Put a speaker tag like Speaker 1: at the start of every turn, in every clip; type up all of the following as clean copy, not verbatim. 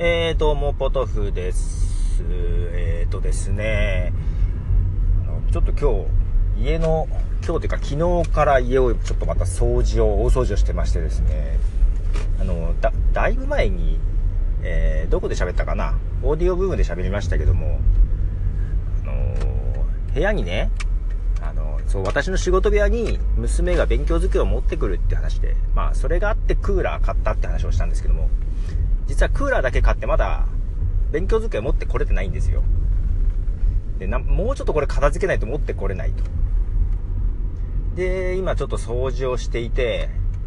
Speaker 1: どうもポトフです。ですね、ちょっと今日というか昨日から家をちょっとまた大掃除をしてましてですね、だいぶ前に、どこで喋ったかな、オーディオブームで喋りましたけども、部屋にね、私の仕事部屋に娘が勉強机を持ってくるって話で、それがあってクーラー買ったって話をしたんですけども、実はクーラーだけ買ってまだ勉強机を持ってこれてないんですよ。でもうちょっとこれ片付けないと持ってこれないと。で今ちょっと掃除をしていて、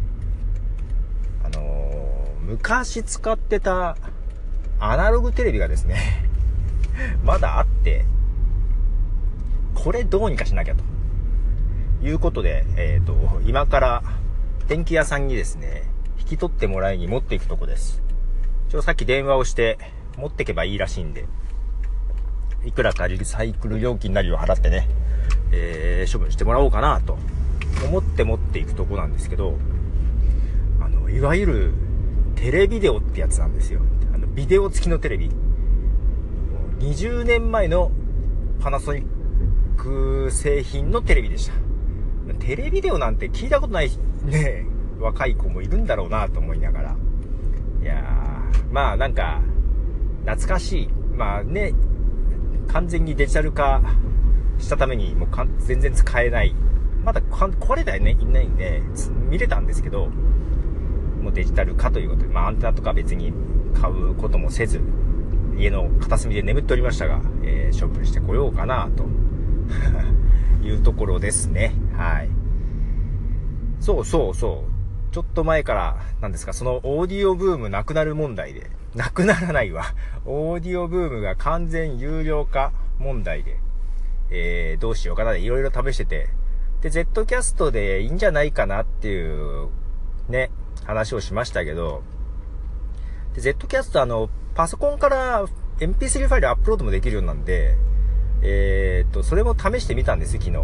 Speaker 1: 昔使ってたアナログテレビがですねまだあって、これどうにかしなきゃということで、今から電気屋さんにですね引き取ってもらいに持っていくとこです。さっき電話をして持ってけばいいらしいんで、いくらかリサイクル料金なりを払ってね、処分してもらおうかなと思って持っていくとこなんですけど、いわゆるテレビデオってやつなんですよ。ビデオ付きのテレビ、20年前のパナソニック製品のテレビでした。テレビデオなんて聞いたことないね若い子もいるんだろうなと思いながら、いやー、なんか懐かしい。完全にデジタル化したためにもう全然使えない、まだ壊れたらねいないんで見れたんですけど、もうデジタル化ということで、アンテナとか別に買うこともせず家の片隅で眠っておりましたが、処分してこようかなというところですね。はい。そうちょっと前からなんですか、そのオーディオブームなくなる問題で、なくならないわオーディオブームが完全有料化問題で、どうしようかなでいろいろ試してて、で Z キャストでいいんじゃないかなっていうね話をしましたけど、で Z キャストパソコンから MP3 ファイルアップロードもできるようなんで、それも試してみたんです昨日。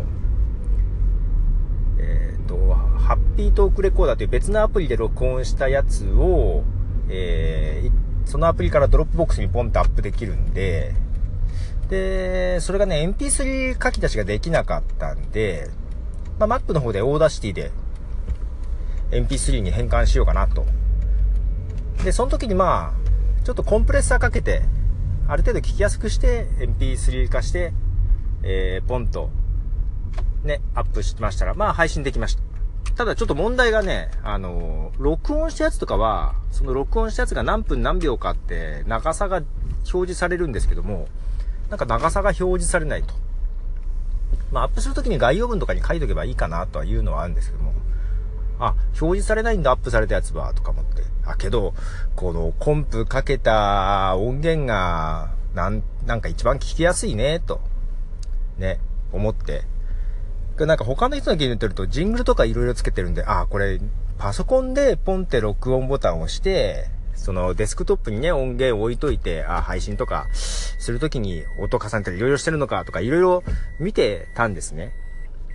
Speaker 1: ハッピートークレコーダーという別のアプリで録音したやつを、そのアプリからドロップボックスにポンとアップできるんで、それがね MP3 書き出しができなかったんで、Mac の方でオーダーシティで MP3 に変換しようかなと。でその時にちょっとコンプレッサーかけてある程度聞きやすくして MP3 化して、ポンとねアップしましたら配信できました。ただちょっと問題がね、録音したやつとかは、その録音したやつが何分何秒かって長さが表示されるんですけども、なんか長さが表示されないと。アップするときに概要文とかに書いとけばいいかなとはいうのはあるんですけども、表示されないんだアップされたやつはとか思って、けどこのコンプかけた音源がなんか一番聞きやすいねとね思って、なんか他の人の聞いてるとジングルとかいろいろつけてるんで、これパソコンでポンって録音ボタンを押して、そのデスクトップにね音源を置いといて、配信とかするときに音重ねたりいろいろしてるのかとかいろいろ見てたんですね。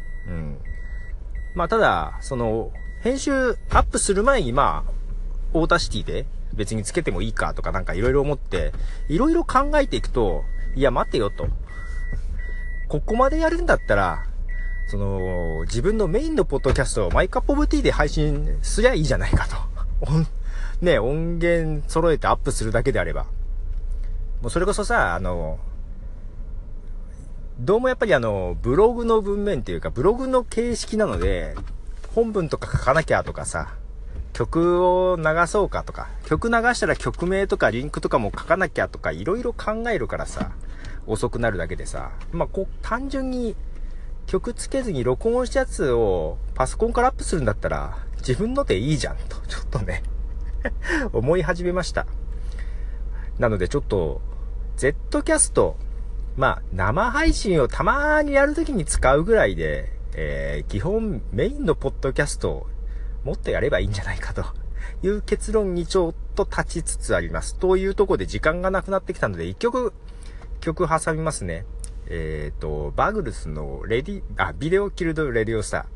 Speaker 1: ただその編集アップする前にオーダーシティで別につけてもいいかとかなんかいろいろ思っていろいろ考えていくと、いや待てよと、ここまでやるんだったらその自分のメインのポッドキャストをマイカップオブティーで配信すりゃいいじゃないかと音源揃えてアップするだけであれば、もうそれこそさ、どうもやっぱりブログの文面っていうかブログの形式なので、本文とか書かなきゃとかさ、曲を流そうかとか、曲流したら曲名とかリンクとかも書かなきゃとかいろいろ考えるからさ遅くなるだけでさ、単純に曲つけずに録音したやつをパソコンからアップするんだったら自分のでいいじゃんとちょっとね思い始めました。なのでちょっと Z キャスト、生配信をたまにやるときに使うぐらいで、基本メインのポッドキャストをもっとやればいいんじゃないかという結論にちょっと立ちつつあります。というところで時間がなくなってきたので曲挟みますね。バグルスのビデオキルドレディオスター。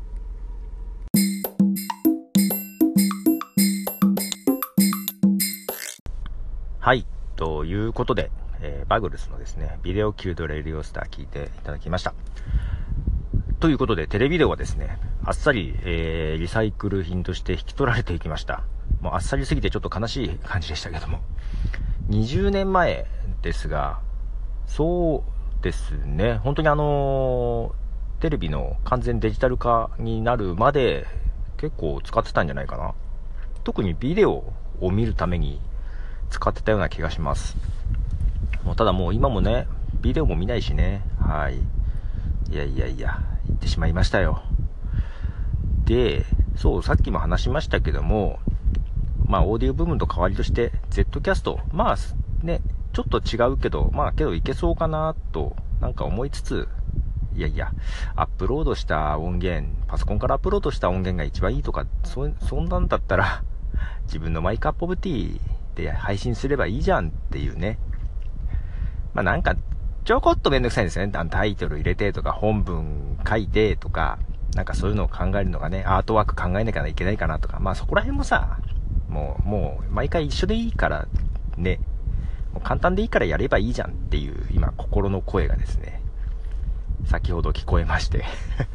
Speaker 1: はい。 ということで、バグルスのですね、ビデオキルドレディオスター聞いていただきました。ということで、テレビデオはですね、あっさり、リサイクル品として引き取られていきました。もうあっさりすぎてちょっと悲しい感じでしたけども。20年前ですが、そうですね、本当にテレビの完全デジタル化になるまで結構使ってたんじゃないかな。特にビデオを見るために使ってたような気がします。ただもう今もね、ビデオも見ないしね。はい。言ってしまいましたよ。で、そう、さっきも話しましたけども、オーディオ部分と代わりとして Z キャスト、ね、ちょっと違うけど、けどいけそうかなとなんか思いつつ、アップロードした音源、パソコンからアップロードした音源が一番いいとか、そんなんだったら自分のマイカップオブティーで配信すればいいじゃんっていうね。なんかちょこっとめんどくさいんですよね。タイトル入れてとか本文書いてとか、なんかそういうのを考えるのがね、アートワーク考えなきゃいけないかなとか、そこら辺もさ、もう毎回一緒でいいからね、もう簡単でいいからやればいいじゃんっていう今心の声がですね、先ほど聞こえまして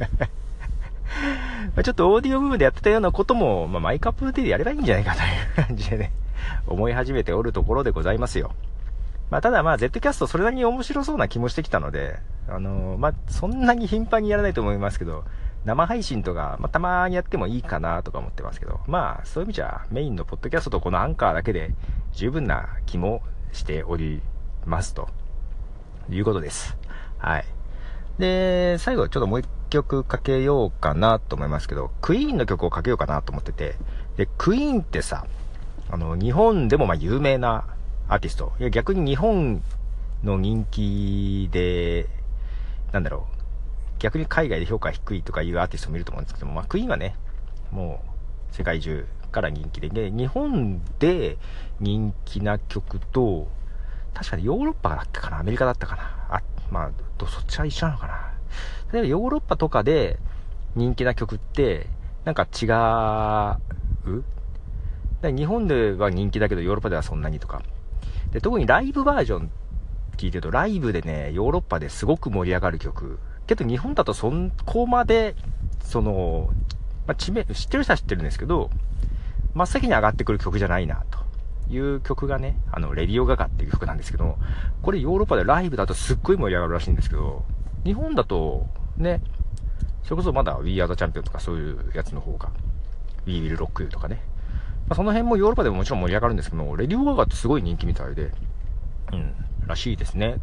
Speaker 1: ちょっとオーディオ部分でやってたようなことも、マイカップでやればいいんじゃないかという感じでね、思い始めておるところでございますよ。ただZ キャストそれなりに面白そうな気もしてきたので、そんなに頻繁にやらないと思いますけど、生配信とか、たまにやってもいいかなとか思ってますけど、そういう意味じゃメインのポッドキャストとこのアンカーだけで十分な気もしておりますということです。はい。で、最後ちょっともう一曲かけようかなと思いますけど、クイーンの曲をかけようかなと思ってて、で、クイーンってさ、日本でも有名なアーティスト、逆に日本の人気で、逆に海外で評価低いとかいうアーティストもいると思うんですけども、クイーンはね、もう世界中から人気で、日本で人気な曲と、確かにヨーロッパだったかな、アメリカだったかな、そっちは一緒なのかな。例えばヨーロッパとかで人気な曲ってなんか違う？日本では人気だけどヨーロッパではそんなにとか。で、特にライブバージョン聞いてると、ライブでね、ヨーロッパですごく盛り上がる曲。けど日本だとそこまで、知ってる人は知ってるんですけど、真っ先に上がってくる曲じゃないな、という曲がね、レディオガガっていう曲なんですけど、これヨーロッパでライブだとすっごい盛り上がるらしいんですけど、日本だと、ね、それこそまだ We Are the Champion とかそういうやつの方が、We Will Rock You とかね。その辺もヨーロッパでももちろん盛り上がるんですけど、レディオガガってすごい人気みたいで、らしいですね。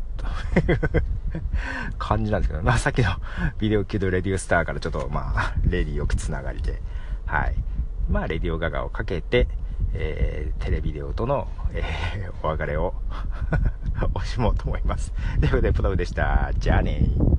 Speaker 1: 感じなんですけど、さっきのビデオキュードレディオスターからちょっとレディオくつながりで、はい。レディオガガをかけて、テレビデオとの、お別れを惜しもうと思います。ということで、ポトフでした。じゃあねー。